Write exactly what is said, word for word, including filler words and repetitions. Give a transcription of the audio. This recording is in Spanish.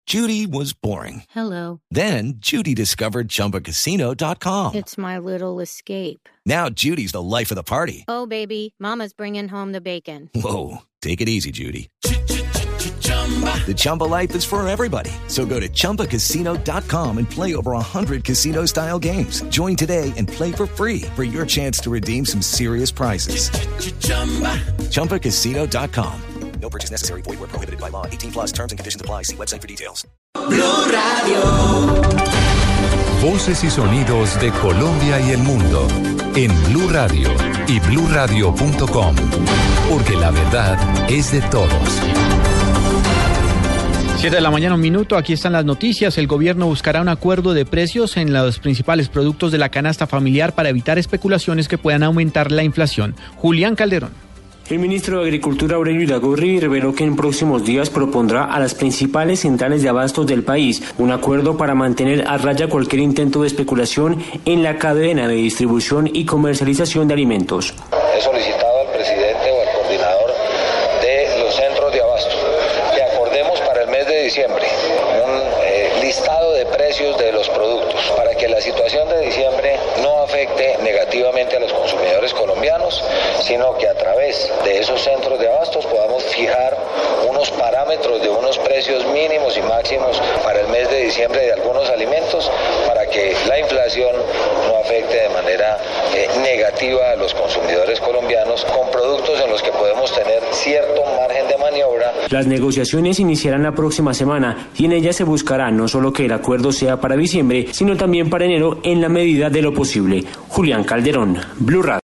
Judy was boring. Hello. Then Judy discovered Chumba Casino dot com. It's my little escape. Now Judy's the life of the party. Oh, baby, mama's bringing home the bacon. Whoa, take it easy, Judy. The Chumba life is for everybody. So go to Chumba Casino dot com and play over one hundred casino-style games. Join today and play for free for your chance to redeem some serious prizes. Chumba Casino dot com. No purchase necessary. Void where prohibited by law. eighteen plus terms and conditions apply. See website for details. Blue Radio. Voces y sonidos de Colombia y el mundo en Blue Radio y blue radio punto com. Porque la verdad es de todos. siete de la mañana, un minuto. Aquí están las noticias. El gobierno buscará un acuerdo de precios en los principales productos de la canasta familiar para evitar especulaciones que puedan aumentar la inflación. Julián Calderón. El ministro de Agricultura, Aurelio Iragorri, reveló que en próximos días propondrá a las principales centrales de abastos del país un acuerdo para mantener a raya cualquier intento de especulación en la cadena de distribución y comercialización de alimentos. He solicitado al presidente o al coordinador de los centros de abasto que acordemos para el mes de diciembre un eh, listado de precios de los productos para que la situación de diciembre no afecte negativamente a los consumidores colombianos, sino que a través de esos centros de abastos podamos fijar unos parámetros de unos precios mínimos y máximos para el mes de diciembre de algunos alimentos para que la inflación no afecte de manera eh, negativa a los consumidores colombianos con productos en los que podemos tener cierto margen de maniobra. Las negociaciones iniciarán la próxima semana y en ellas se buscará no solo que el acuerdo sea para diciembre, sino también para enero en la medida de lo posible. Julián Calderón, Blue Radio.